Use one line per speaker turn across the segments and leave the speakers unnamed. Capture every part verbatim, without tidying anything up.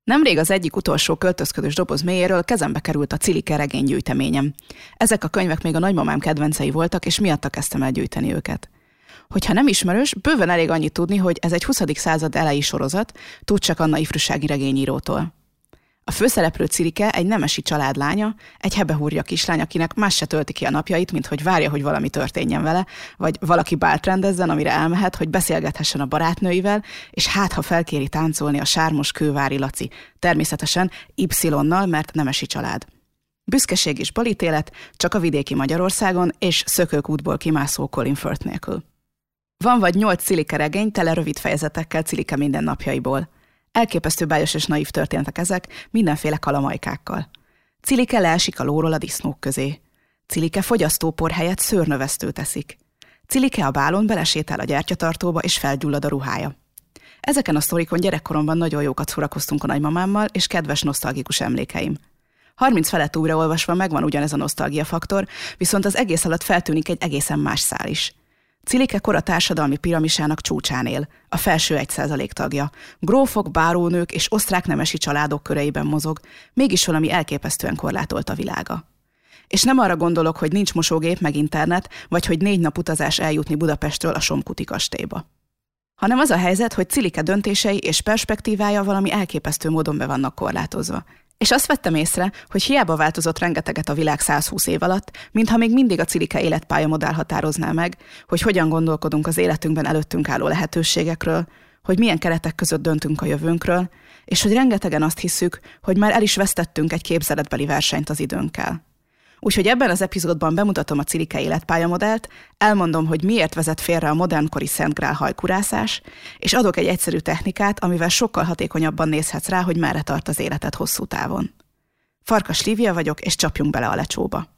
Nemrég az egyik utolsó költözködős doboz mélyéről kezembe került a Cilike regénygyűjteményem. Ezek a könyvek még a nagymamám kedvencei voltak, és miatta kezdtem el gyűjteni őket. Hogyha nem ismerős, bőven elég annyit tudni, hogy ez egy huszadik század elejé sorozat, Tóth Anna ifjúsági regényírótól. A főszereplő Cilike egy nemesi család lánya, egy hebehúrja kislány, akinek más se tölti ki a napjait, mint hogy várja, hogy valami történjen vele, vagy valaki bált rendezzen, amire elmehet, hogy beszélgethessen a barátnőivel, és hát, ha felkéri táncolni a sármos kővári Laci, természetesen Y-nal, mert nemesi család. Büszkeség és balítélet csak a vidéki Magyarországon, és szökőkútból kimászó Colin Firth nélkül. Van vagy nyolc Cilike regény, tele rövid fejezetekkel Cilike mindennapjaiból. Elképesztő bájos és naív történetek ezek, mindenféle kalamajkákkal. Cilike leesik a lóról a disznók közé. Cilike fogyasztópor helyett szőrnövesztőt eszik. Cilike a bálon belesétál a gyertyatartóba, és felgyullad a ruhája. Ezeken a sztorikon gyerekkoromban nagyon jókat szórakoztunk a nagymamámmal, és kedves nosztalgikus emlékeim. harminc felett újraolvasva megvan ugyanez a nosztalgia faktor, viszont az egész alatt feltűnik egy egészen más szál is. Cilike kora társadalmi piramisának csúcsán él, a felső egy százalék tagja. Grófok, bárónők és osztrák nemesi családok köreiben mozog, mégis valami elképesztően korlátolt a világa. És nem arra gondolok, hogy nincs mosógép meg internet, vagy hogy négy nap utazás eljutni Budapestről a Somkuti kastélyba. Hanem az a helyzet, hogy Cilike döntései és perspektívája valami elképesztő módon be vannak korlátozva. És azt vettem észre, hogy hiába változott rengeteget a világ száz húsz év alatt, mintha még mindig a Cilike életpályamodell határozná meg, hogy hogyan gondolkodunk az életünkben előttünk álló lehetőségekről, hogy milyen keretek között döntünk a jövőnkről, és hogy rengetegen azt hisszük, hogy már el is vesztettünk egy képzeletbeli versenyt az időnkkel. Úgyhogy ebben az epizódban bemutatom a Cilike életpályamodellt, elmondom, hogy miért vezet félre a modernkori Szent Grál hajkurászás, és adok egy egyszerű technikát, amivel sokkal hatékonyabban nézhetsz rá, hogy merre tart az életed hosszú távon. Farkas Lívia vagyok, és csapjunk bele a lecsóba.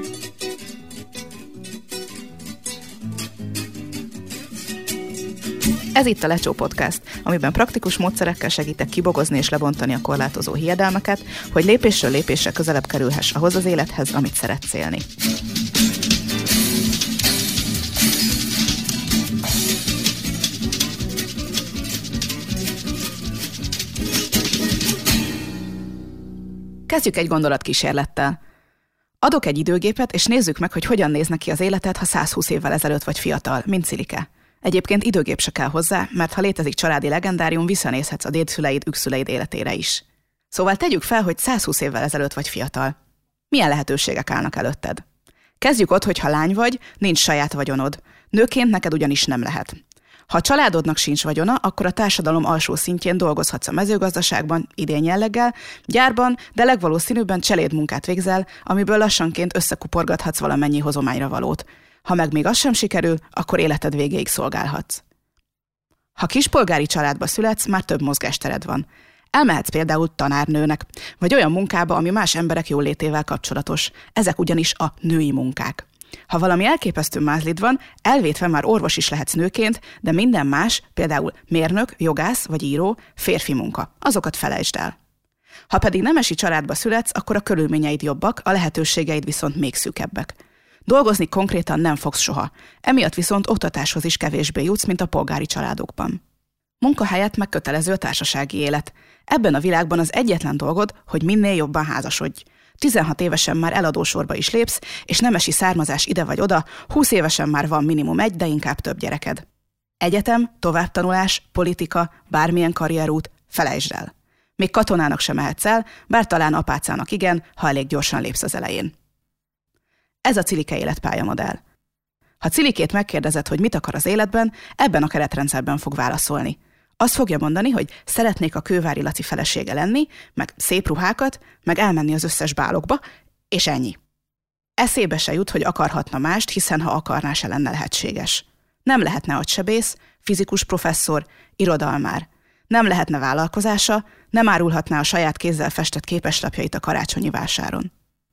Ez itt a Lecsó Podcast, amiben praktikus módszerekkel segítek kibogozni és lebontani a korlátozó hiedelmeket, hogy lépésről lépésre közelebb kerülhess ahhoz az élethez, amit szeretsz élni. Kezdjük egy gondolatkísérlettel. Adok egy időgépet, és nézzük meg, hogy hogyan néz neki az életed, ha száz húsz évvel ezelőtt vagy fiatal, mint Cilike. Egyébként időgép se kell hozzá, mert ha létezik családi legendárium, visszanézhetsz a dédszüleid, ükszüleid életére is. Szóval tegyük fel, hogy száz húsz évvel ezelőtt vagy fiatal. Milyen lehetőségek állnak előtted? Kezdjük ott, hogy ha lány vagy, nincs saját vagyonod. Nőként neked ugyanis nem lehet. Ha a családodnak sincs vagyona, akkor a társadalom alsó szintjén dolgozhatsz a mezőgazdaságban, idén jelleggel, gyárban, de legvalószínűbben cselédmunkát végzel, amiből lassanként összekuporgathatsz valamennyi hozományra valót. Ha meg még az sem sikerül, akkor életed végéig szolgálhatsz. Ha kispolgári családba születsz, már több mozgástered van. Elmehetsz például tanárnőnek, vagy olyan munkába, ami más emberek jólétével kapcsolatos. Ezek ugyanis a női munkák. Ha valami elképesztő mázlid van, elvétve már orvos is lehetsz nőként, de minden más, például mérnök, jogász vagy író, férfi munka. Azokat felejtsd el. Ha pedig nemesi családba születsz, akkor a körülményeid jobbak, a lehetőségeid viszont még szűkebbek. Dolgozni konkrétan nem fogsz soha, emiatt viszont oktatáshoz is kevésbé jutsz, mint a polgári családokban. Munka helyett meg kötelező a társasági élet. Ebben a világban az egyetlen dolgod, hogy minél jobban házasodj. tizenhat évesen már eladósorba is lépsz, és nemesi származás ide vagy oda, húsz évesen már van minimum egy, de inkább több gyereked. Egyetem, továbbtanulás, politika, bármilyen karrierút, felejtsd el. Még katonának sem mehetsz el, bár talán apácának igen, ha elég gyorsan lépsz az elején. Ez a Cilike életpályamodell. Ha Cilikét megkérdezed, hogy mit akar az életben, ebben a keretrendszerben fog válaszolni. Azt fogja mondani, hogy szeretnék a kővári Laci felesége lenni, meg szép ruhákat, meg elmenni az összes bálokba, és ennyi. Eszébe se jut, hogy akarhatna mást, hiszen ha akarná, se lenne lehetséges. Nem lehetne agysebész, fizikus professzor, irodalmár. Nem lehetne vállalkozása, nem árulhatná a saját kézzel festett képeslapjait a karácsonyi vásáron.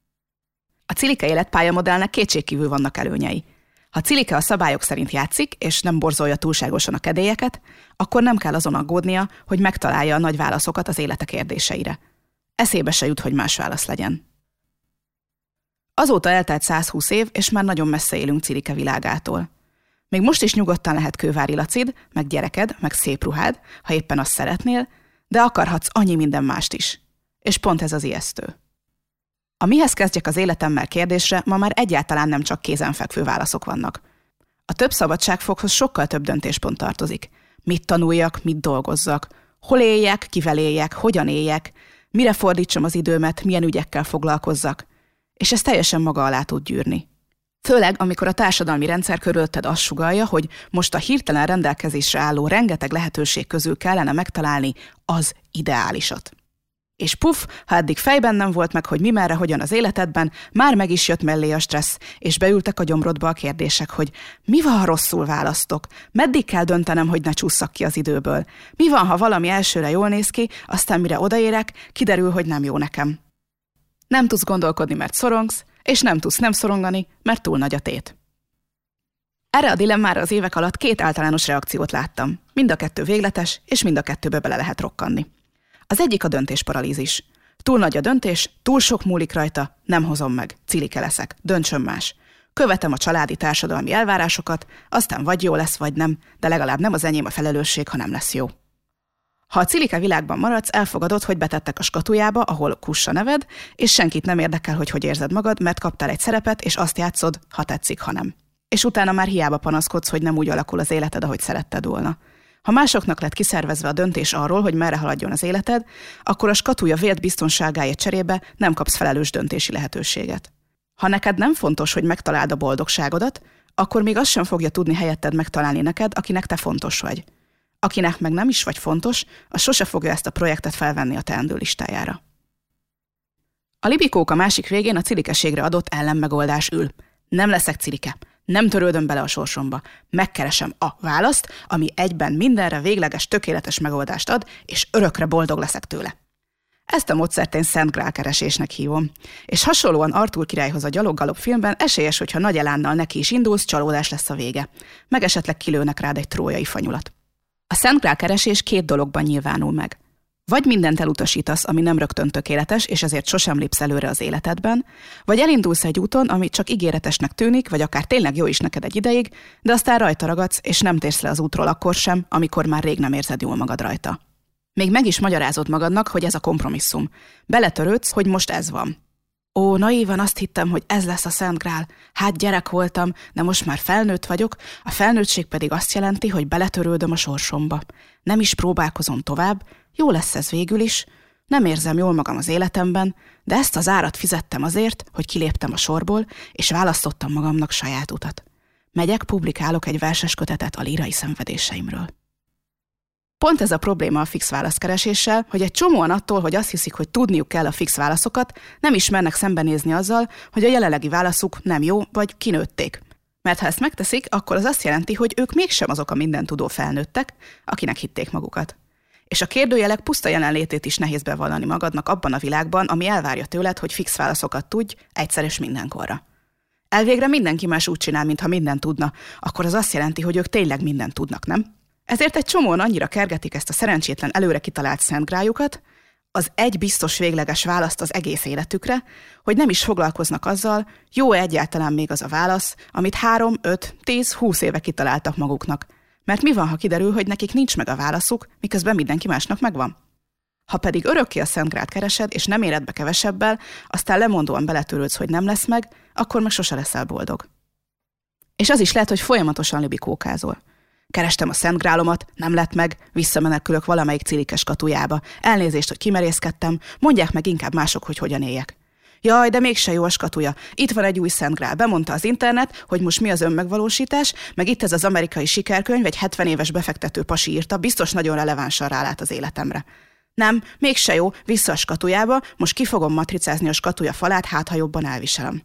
A Cilike életpályamodellnek kétségkívül vannak előnyei. Ha Cilike a szabályok szerint játszik, és nem borzolja túlságosan a kedélyeket, akkor nem kell azon aggódnia, hogy megtalálja a nagy válaszokat az élete kérdéseire. Eszébe se jut, hogy más válasz legyen. Azóta eltelt száz húsz év, és már nagyon messze élünk Cilike világától. Még most is nyugodtan lehet kővári Lacid, meg gyereked, meg szép ruhád, ha éppen azt szeretnél, de akarhatsz annyi minden mást is. És pont ez az ijesztő. A mihez kezdjek az életemmel kérdésre ma már egyáltalán nem csak kézenfekvő válaszok vannak. A több szabadságfokhoz sokkal több döntéspont tartozik. Mit tanuljak, mit dolgozzak, hol éljek, kivel éljek, hogyan éljek, mire fordítsam az időmet, milyen ügyekkel foglalkozzak. És ez teljesen maga alá tud gyűrni. Főleg, amikor a társadalmi rendszer körülötted azt sugallja, hogy most a hirtelen rendelkezésre álló rengeteg lehetőség közül kellene megtalálni az ideálisat. És puff, ha eddig fejben nem volt meg, hogy mi merre, hogyan az életedben, már meg is jött mellé a stressz, és beültek a gyomrodba a kérdések, hogy mi van, ha rosszul választok? Meddig kell döntenem, hogy ne csússzak ki az időből? Mi van, ha valami elsőre jól néz ki, aztán mire odaérek, kiderül, hogy nem jó nekem? Nem tudsz gondolkodni, mert szorongsz, és nem tudsz nem szorongani, mert túl nagy a tét. Erre a dilemmára az évek alatt két általános reakciót láttam. Mind a kettő végletes, és mind a kettőbe bele lehet rokkanni. Az egyik a döntésparalízis. Túl nagy a döntés, túl sok múlik rajta, nem hozom meg, cilike leszek, döntsön más. Követem a családi társadalmi elvárásokat, aztán vagy jó lesz, vagy nem, de legalább nem az enyém a felelősség, ha nem lesz jó. Ha a cilike világban maradsz, elfogadod, hogy betettek a skatujába, ahol kussa neved, és senkit nem érdekel, hogy hogy érzed magad, mert kaptál egy szerepet, és azt játszod, ha tetszik, ha nem. És utána már hiába panaszkodsz, hogy nem úgy alakul az életed, ahogy szeretted volna. Ha másoknak lett kiszervezve a döntés arról, hogy merre haladjon az életed, akkor a skatuja vélt biztonságáért cserébe nem kapsz felelős döntési lehetőséget. Ha neked nem fontos, hogy megtaláld a boldogságodat, akkor még azt sem fogja tudni helyetted megtalálni neked, akinek te fontos vagy. Akinek meg nem is vagy fontos, az sose fogja ezt a projektet felvenni a teendő listájára. A libikók a másik végén a cilikeségre adott ellenmegoldás ül. Nem leszek cilike. Nem törődöm bele a sorsomba. Megkeresem a választ, ami egyben mindenre végleges, tökéletes megoldást ad, és örökre boldog leszek tőle. Ezt a módszert én Szent Grál keresésnek hívom. És hasonlóan Artúr királyhoz a Gyalog-Galop filmben esélyes, hogyha nagy elánnal neki is indulsz, csalódás lesz a vége. Meg esetleg kilőnek rád egy trójai fanyulat. A Szent Grál keresés két dologban nyilvánul meg. Vagy mindent elutasítasz, ami nem rögtön tökéletes, és ezért sosem lépsz előre az életedben, vagy elindulsz egy úton, ami csak ígéretesnek tűnik, vagy akár tényleg jó is neked egy ideig, de aztán rajta ragadsz, és nem térsz le az útról akkor sem, amikor már rég nem érzed jól magad rajta. Még meg is magyarázod magadnak, hogy ez a kompromisszum. Beletörődsz, hogy most ez van. Ó, naívan azt hittem, hogy ez lesz a Szent Grál. Hát gyerek voltam, de most már felnőtt vagyok, a felnőttség pedig azt jelenti, hogy beletörődöm a sorsomba. Nem is próbálkozom tovább, jó lesz ez végül is, nem érzem jól magam az életemben, de ezt az árat fizettem azért, hogy kiléptem a sorból, és választottam magamnak saját utat. Megyek, publikálok egy verses kötetet a lírai szenvedéseimről. Pont ez a probléma a fix válaszkereséssel, hogy egy csomóan attól, hogy azt hiszik, hogy tudniuk kell a fix válaszokat, nem is mernek szembenézni azzal, hogy a jelenlegi válaszuk nem jó, vagy kinőtték. Mert ha ezt megteszik, akkor az azt jelenti, hogy ők mégsem azok a mindentudó felnőttek, akinek hitték magukat. És a kérdőjelek puszta jelenlétét is nehéz bevallani magadnak abban a világban, ami elvárja tőled, hogy fix válaszokat tudj egyszer és mindenkorra. Elvégre mindenki más úgy csinál, mintha mindent tudna, akkor az azt jelenti, hogy ők tényleg mindent tudnak, nem? Ezért egy csomóan annyira kergetik ezt a szerencsétlen előre kitalált Szent Gráljukat, az egy biztos végleges választ az egész életükre, hogy nem is foglalkoznak azzal, jó-e egyáltalán még az a válasz, amit három, öt, tíz, húsz éve kitaláltak maguknak. Mert mi van, ha kiderül, hogy nekik nincs meg a válaszuk, miközben mindenki másnak megvan? Ha pedig örökké a Szent Grált keresed, és nem éred be kevesebbel, aztán lemondóan beletörődsz, hogy nem lesz meg, akkor meg sose leszel boldog. És az is lehet, hogy folyamatosan libikókázol. Kerestem a Szent Grálomat, nem lett meg, visszamenekülök valamelyik cilikes katujába. Elnézést, hogy kimerészkedtem, mondják meg inkább mások, hogy hogyan éljek. Jaj, de mégse jó a skatuja. Itt van egy új Szent Grál. Bemondta az internet, hogy most mi az önmegvalósítás, meg itt ez az amerikai sikerkönyv, egy hetven éves befektető pasi írta, biztos nagyon relevánsan rálát az életemre. Nem, mégse jó, vissza a skatujába, most ki fogom matricázni a skatuja falát, hát ha jobban elviselem.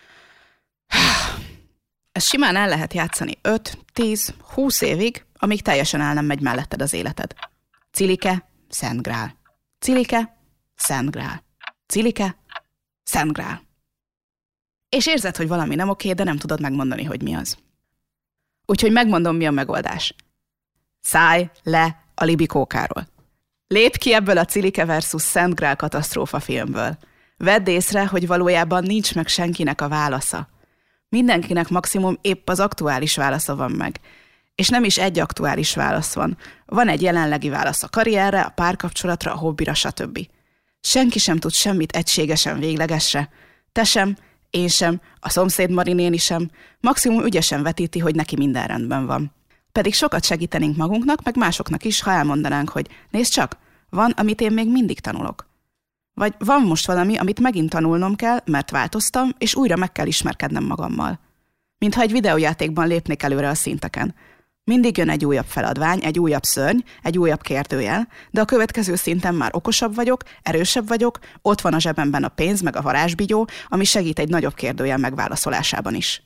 Ez simán el lehet játszani öt, tíz, húsz évig, amíg teljesen el nem megy melletted az életed. Cilike, Szent Grál. Cilike, Szent Grál. Cilike, Szent Grál. És érzed, hogy valami nem oké, de nem tudod megmondani, hogy mi az. Úgyhogy megmondom, mi a megoldás. Szállj le a libikókáról. Lépj ki ebből a Cilike versus Szent Grál katasztrófa filmből. Vedd észre, hogy valójában nincs meg senkinek a válasza. Mindenkinek maximum épp az aktuális válasza van meg. És nem is egy aktuális válasz van. Van egy jelenlegi válasz a karrierre, a párkapcsolatra, a hobbira, stb. Senki sem tud semmit egységesen véglegesre. Te sem, én sem, a szomszéd Mari néni sem, maximum ügyesen vetíti, hogy neki minden rendben van. Pedig sokat segítenénk magunknak, meg másoknak is, ha elmondanánk, hogy nézd csak, van, amit én még mindig tanulok. Vagy van most valami, amit megint tanulnom kell, mert változtam, és újra meg kell ismerkednem magammal. Mintha egy videójátékban lépnék előre a szinteken. Mindig jön egy újabb feladvány, egy újabb szörny, egy újabb kérdőjel, de a következő szinten már okosabb vagyok, erősebb vagyok, ott van a zsebemben a pénz meg a varázsbigyó, ami segít egy nagyobb kérdőjel megválaszolásában is.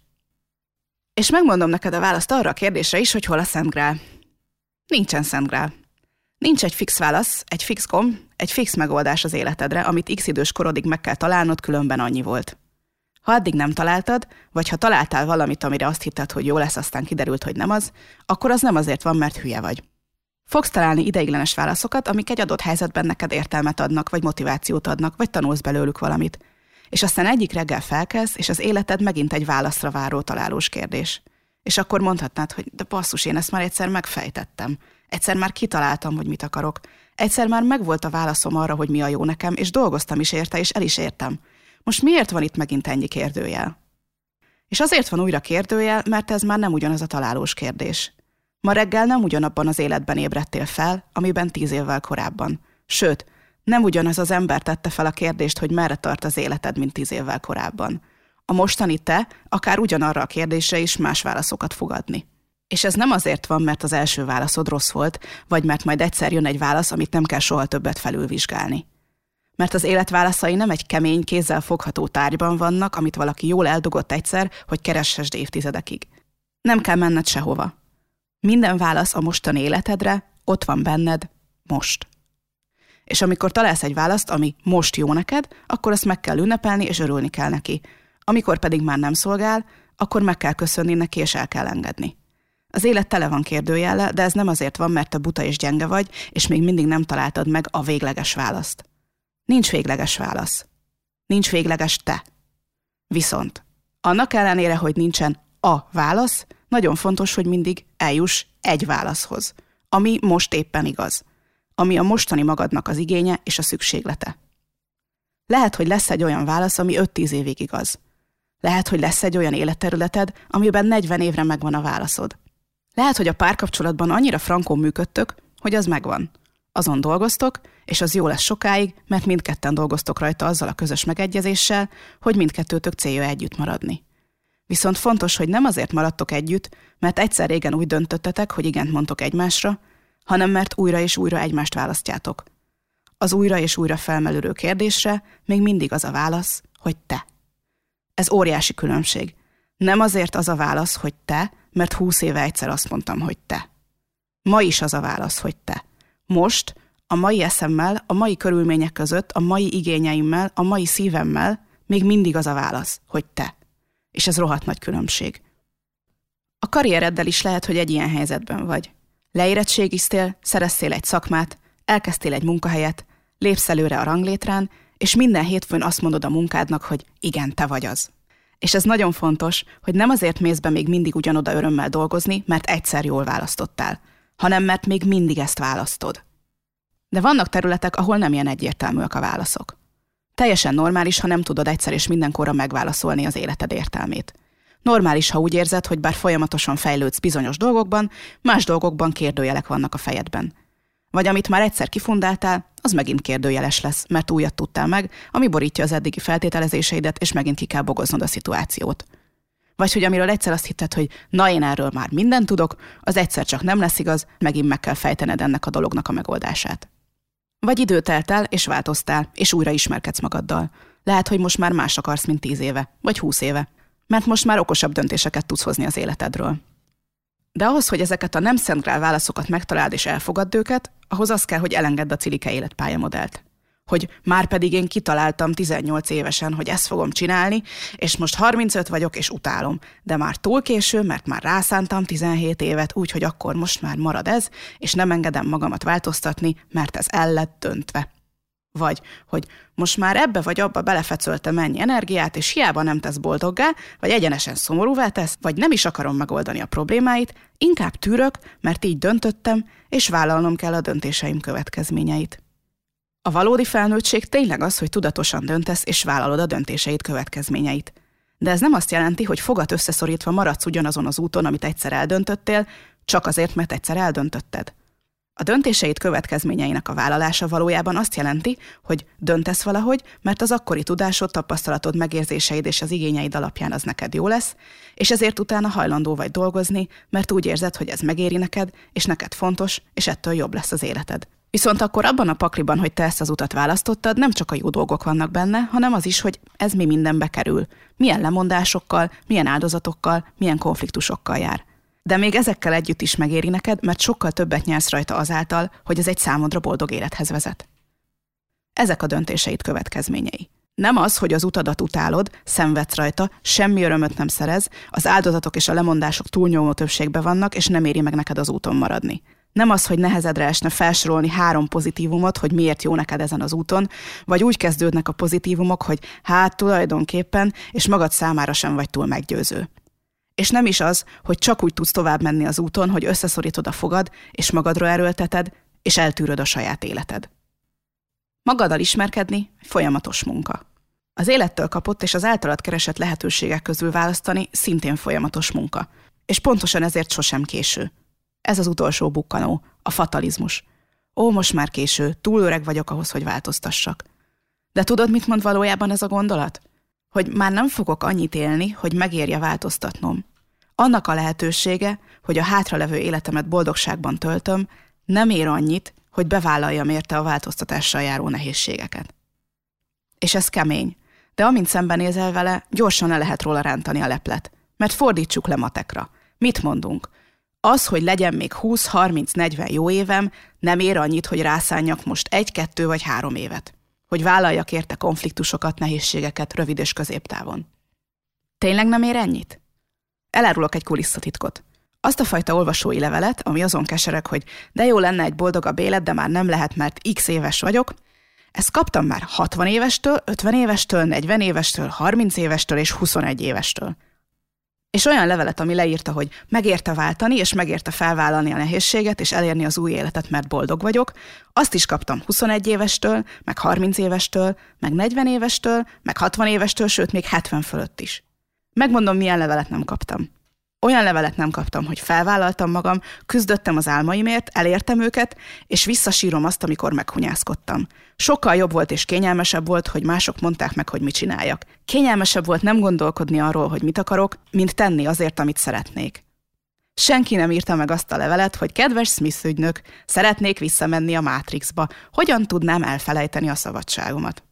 És megmondom neked a választ arra a kérdésre is, hogy hol a Szent Grál. Nincsen Szent Grál. Nincs egy fix válasz, egy fix gomb, egy fix megoldás az életedre, amit x idős korodig meg kell találnod, különben annyi volt. Ha addig nem találtad, vagy ha találtál valamit, amire azt hitted, hogy jó lesz, aztán kiderült, hogy nem az, akkor az nem azért van, mert hülye vagy. Fogsz találni ideiglenes válaszokat, amik egy adott helyzetben neked értelmet adnak, vagy motivációt adnak, vagy tanulsz belőlük valamit. És aztán egyik reggel felkelsz, és az életed megint egy válaszra váró találós kérdés. És akkor mondhatnád, hogy de basszus, én ezt már egyszer megfejtettem. Egyszer már kitaláltam, hogy mit akarok. Egyszer már megvolt a válaszom arra, hogy mi a jó nekem, és dolgoztam is érte, és el is értem. Most miért van itt megint ennyi kérdőjel? És azért van újra kérdőjel, mert ez már nem ugyanaz a találós kérdés. Ma reggel nem ugyanabban az életben ébredtél fel, amiben tíz évvel korábban. Sőt, nem ugyanaz az ember tette fel a kérdést, hogy merre tart az életed, mint tíz évvel korábban. A mostani te akár ugyanarra a kérdésre is más válaszokat fog adni. És ez nem azért van, mert az első válaszod rossz volt, vagy mert majd egyszer jön egy válasz, amit nem kell soha többet felülvizsgálni. Mert az élet válaszai nem egy kemény, kézzel fogható tárgyban vannak, amit valaki jól eldugott egyszer, hogy keressesd évtizedekig. Nem kell menned sehova. Minden válasz a mostani életedre ott van benned, most. És amikor találsz egy választ, ami most jó neked, akkor azt meg kell ünnepelni, és örülni kell neki. Amikor pedig már nem szolgál, akkor meg kell köszönni neki, és el kell engedni. Az élet tele van kérdőjellel, de ez nem azért van, mert te buta és gyenge vagy, és még mindig nem találtad meg a végleges választ. Nincs végleges válasz. Nincs végleges te. Viszont annak ellenére, hogy nincsen a válasz, nagyon fontos, hogy mindig eljuss egy válaszhoz, ami most éppen igaz, ami a mostani magadnak az igénye és a szükséglete. Lehet, hogy lesz egy olyan válasz, ami öt-tíz évig igaz. Lehet, hogy lesz egy olyan életterületed, amiben negyven évre megvan a válaszod. Lehet, hogy a párkapcsolatban annyira frankón működtök, hogy az megvan. Azon dolgoztok, és az jó lesz sokáig, mert mindketten dolgoztok rajta azzal a közös megegyezéssel, hogy mindkettőtök célja együtt maradni. Viszont fontos, hogy nem azért maradtok együtt, mert egyszer régen úgy döntöttetek, hogy igent mondtok egymásra, hanem mert újra és újra egymást választjátok. Az újra és újra felmerülő kérdésre még mindig az a válasz, hogy te. Ez óriási különbség. Nem azért az a válasz, hogy te, mert húsz éve egyszer azt mondtam, hogy te. Ma is az a válasz, hogy te. Most, a mai eszemmel, a mai körülmények között, a mai igényeimmel, a mai szívemmel még mindig az a válasz, hogy te. És ez rohadt nagy különbség. A karriereddel is lehet, hogy egy ilyen helyzetben vagy. Leérettségiztél, szereztél egy szakmát, elkezdtél egy munkahelyet, lépsz előre a ranglétrán, és minden hétfőn azt mondod a munkádnak, hogy igen, te vagy az. És ez nagyon fontos, hogy nem azért mész be még mindig ugyanoda örömmel dolgozni, mert egyszer jól választottál, hanem mert még mindig ezt választod. De vannak területek, ahol nem ilyen egyértelműek a válaszok. Teljesen normális, ha nem tudod egyszer és mindenkorra megválaszolni az életed értelmét. Normális, ha úgy érzed, hogy bár folyamatosan fejlődsz bizonyos dolgokban, más dolgokban kérdőjelek vannak a fejedben. Vagy amit már egyszer kifundáltál, az megint kérdőjeles lesz, mert újat tudtál meg, ami borítja az eddigi feltételezéseidet, és megint ki kell bogoznod a szituációt. Vagy hogy amiről egyszer azt hitted, hogy na én erről már mindent tudok, az egyszer csak nem lesz igaz, megint meg kell fejtened ennek a dolognak a megoldását. Vagy időt eltel, és változtál, és újra ismerkedsz magaddal. Lehet, hogy most már más akarsz, mint tíz éve, vagy húsz éve, mert most már okosabb döntéseket tudsz hozni az életedről. De ahhoz, hogy ezeket a nem szent grál válaszokat megtaláld és elfogadd őket, ahhoz az kell, hogy elengedd a Cilike életpályamodellt. Hogy már pedig én kitaláltam tizennyolc évesen, hogy ezt fogom csinálni, és most harmincöt vagyok, és utálom. De már túl késő, mert már rászántam tizenhét évet, úgyhogy akkor most már marad ez, és nem engedem magamat változtatni, mert ez el lett döntve. Vagy, hogy most már ebbe vagy abba belefecöltem mennyi energiát, és hiába nem tesz boldoggá, vagy egyenesen szomorúvá tesz, vagy nem is akarom megoldani a problémáit, inkább tűrök, mert így döntöttem, és vállalnom kell a döntéseim következményeit. A valódi felnőttség tényleg az, hogy tudatosan döntesz, és vállalod a döntéseid következményeit. De ez nem azt jelenti, hogy fogad összeszorítva maradsz ugyanazon az úton, amit egyszer eldöntöttél, csak azért, mert egyszer eldöntötted. A döntéseid következményeinek a vállalása valójában azt jelenti, hogy döntesz valahogy, mert az akkori tudásod, tapasztalatod, megérzéseid és az igényeid alapján az neked jó lesz, és ezért utána hajlandó vagy dolgozni, mert úgy érzed, hogy ez megéri neked, és neked fontos, és ettől jobb lesz az életed. Viszont akkor abban a pakliban, hogy te ezt az utat választottad, nem csak a jó dolgok vannak benne, hanem az is, hogy ez mi mindenbe kerül. Milyen lemondásokkal, milyen áldozatokkal, milyen konfliktusokkal jár. De még ezekkel együtt is megéri neked, mert sokkal többet nyersz rajta azáltal, hogy ez egy számodra boldog élethez vezet. Ezek a döntéseid következményei. Nem az, hogy az utadat utálod, szenvedsz rajta, semmi örömöt nem szerez, az áldozatok és a lemondások túlnyomó többségben vannak, és nem éri meg neked az úton maradni. Nem az, hogy nehezedre esne felsorolni három pozitívumot, hogy miért jó neked ezen az úton, vagy úgy kezdődnek a pozitívumok, hogy hát tulajdonképpen, és magad számára sem vagy túl meggyőző. És nem is az, hogy csak úgy tudsz tovább menni az úton, hogy összeszorítod a fogad, és magadra erőlteted, és eltűröd a saját életed. Magaddal ismerkedni folyamatos munka. Az élettől kapott és az általad keresett lehetőségek közül választani szintén folyamatos munka. És pontosan ezért sosem késő. Ez az utolsó bukkanó, a fatalizmus. Ó, most már késő, túl öreg vagyok ahhoz, hogy változtassak. De tudod, mit mond valójában ez a gondolat? Hogy már nem fogok annyit élni, hogy megérje változtatnom. Annak a lehetősége, hogy a hátralevő életemet boldogságban töltöm, nem ér annyit, hogy bevállaljam érte a változtatással járó nehézségeket. És ez kemény, de amint szembenézel vele, gyorsan le lehet róla rántani a leplet. Mert fordítsuk le matekra. Mit mondunk? Az, hogy legyen még húsz, harminc, negyven jó évem, nem ér annyit, hogy rászánjak most egy, kettő vagy három évet. Hogy vállaljak érte konfliktusokat, nehézségeket rövid és középtávon. Tényleg nem ér ennyit? Elárulok egy kulisszatitkot. Azt a fajta olvasói levelet, ami azon kesereg, hogy de jó lenne egy boldogabb élet, de már nem lehet, mert x éves vagyok, ezt kaptam már hatvan évestől, ötven évestől, negyven évestől, harminc évestől és huszonegy évestől. És olyan levelet, ami leírta, hogy megérte váltani, és megérte felvállalni a nehézséget, és elérni az új életet, mert boldog vagyok, azt is kaptam huszonegy évestől, meg harminc évestől, meg negyven évestől, meg hatvan évestől, sőt, még hetven fölött is. Megmondom, milyen levelet nem kaptam. Olyan levelet nem kaptam, hogy felvállaltam magam, küzdöttem az álmaimért, elértem őket, és visszasírom azt, amikor meghunyászkodtam. Sokkal jobb volt és kényelmesebb volt, hogy mások mondták meg, hogy mit csináljak. Kényelmesebb volt nem gondolkodni arról, hogy mit akarok, mint tenni azért, amit szeretnék. Senki nem írta meg azt a levelet, hogy kedves Smith ügynök, szeretnék visszamenni a Matrixba. Hogyan tudnám elfelejteni a szabadságomat?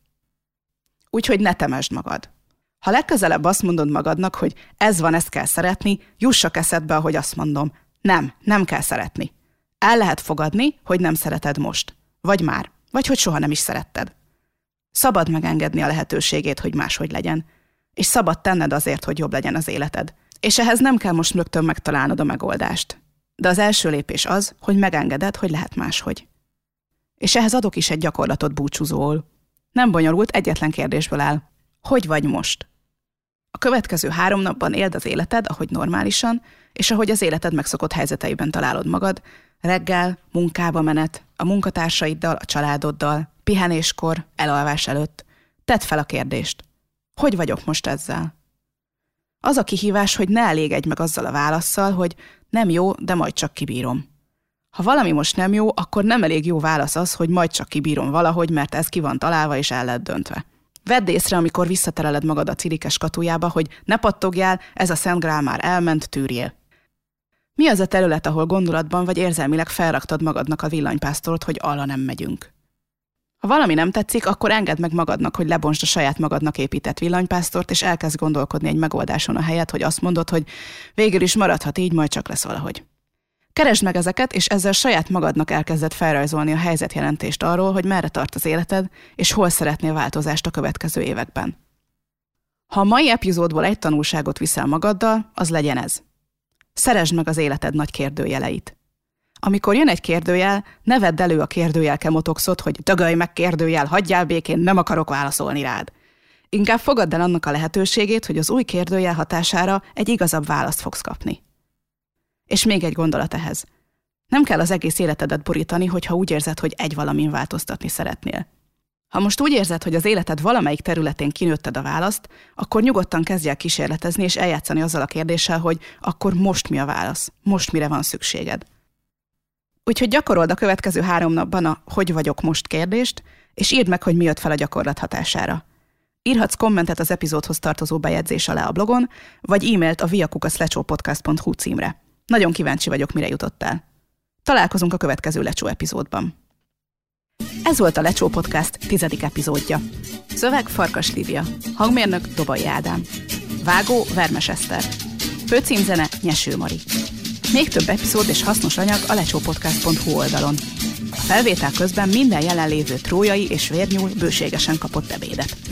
Úgyhogy ne temesd magad. Ha legközelebb azt mondod magadnak, hogy ez van, ezt kell szeretni, jussak eszedbe, ahogy azt mondom. Nem, nem kell szeretni. El lehet fogadni, hogy nem szereted most. Vagy már. Vagy hogy soha nem is szeretted. Szabad megengedni a lehetőségét, hogy máshogy legyen. És szabad tenned azért, hogy jobb legyen az életed. És ehhez nem kell most rögtön megtalálnod a megoldást. De az első lépés az, hogy megengeded, hogy lehet máshogy. És ehhez adok is egy gyakorlatot búcsúzóul. Nem bonyolult, egyetlen kérdésből áll. Hogy vagy most? A következő három napban éld az életed, ahogy normálisan, és ahogy az életed megszokott helyzeteiben találod magad, reggel, munkába menet, a munkatársaiddal, a családoddal, pihenéskor, elalvás előtt. Tedd fel a kérdést. Hogy vagyok most ezzel? Az a kihívás, hogy ne elégedj meg azzal a válasszal, hogy nem jó, de majd csak kibírom. Ha valami most nem jó, akkor nem elég jó válasz az, hogy majd csak kibírom valahogy, mert ez ki van találva és el lett döntve. Vedd észre, amikor visszatereled magad a cirikes katujába, hogy ne pattogjál, ez a Szent Grál már elment, tűrjél. Mi az a terület, ahol gondolatban vagy érzelmileg felraktad magadnak a villanypásztort, hogy arra nem megyünk? Ha valami nem tetszik, akkor engedd meg magadnak, hogy lebontsd a saját magadnak épített villanypásztort, és elkezd gondolkodni egy megoldáson a helyet, hogy azt mondod, hogy végül is maradhat így, majd csak lesz valahogy. Keresd meg ezeket, és ezzel saját magadnak elkezded felrajzolni a helyzetjelentést arról, hogy merre tart az életed, és hol szeretnél változást a következő években. Ha a mai epizódból egy tanulságot viszel magaddal, az legyen ez. Szeresd meg az életed nagy kérdőjeleit. Amikor jön egy kérdőjel, ne vedd elő a kérdőjel kemotoxot, hogy dögölj meg kérdőjel, hagyjál békén, nem akarok válaszolni rád. Inkább fogadd el annak a lehetőségét, hogy az új kérdőjel hatására egy igazabb választ fogsz kapni. És még egy gondolat ehhez. Nem kell az egész életedet borítani, hogyha úgy érzed, hogy egy valamin változtatni szeretnél. Ha most úgy érzed, hogy az életed valamelyik területén kinőtted a választ, akkor nyugodtan kezdj el kísérletezni és eljátszani azzal a kérdéssel, hogy akkor most mi a válasz, most mire van szükséged. Úgyhogy gyakorold a következő három napban a hogy vagyok most kérdést, és írd meg, hogy mi jött fel a gyakorlat hatására. Írhatsz kommentet az epizódhoz tartozó bejegyzés alá a blogon, vagy e-mailt a via kukac lecsó podcast pont hu címre. Nagyon kíváncsi vagyok, mire jutottál. Találkozunk a következő Lecsó epizódban. Ez volt a Lecsó Podcast tizedik epizódja. Szöveg Farkas Lívia, hangmérnök Dobai Ádám, vágó Vermes Eszter, főcímzene Nyeső Mari. Még több epizód és hasznos anyag a lecsó podcast pont hu oldalon. A felvétel közben minden jelenlévő trójai és vérnyúl bőségesen kapott ebédet.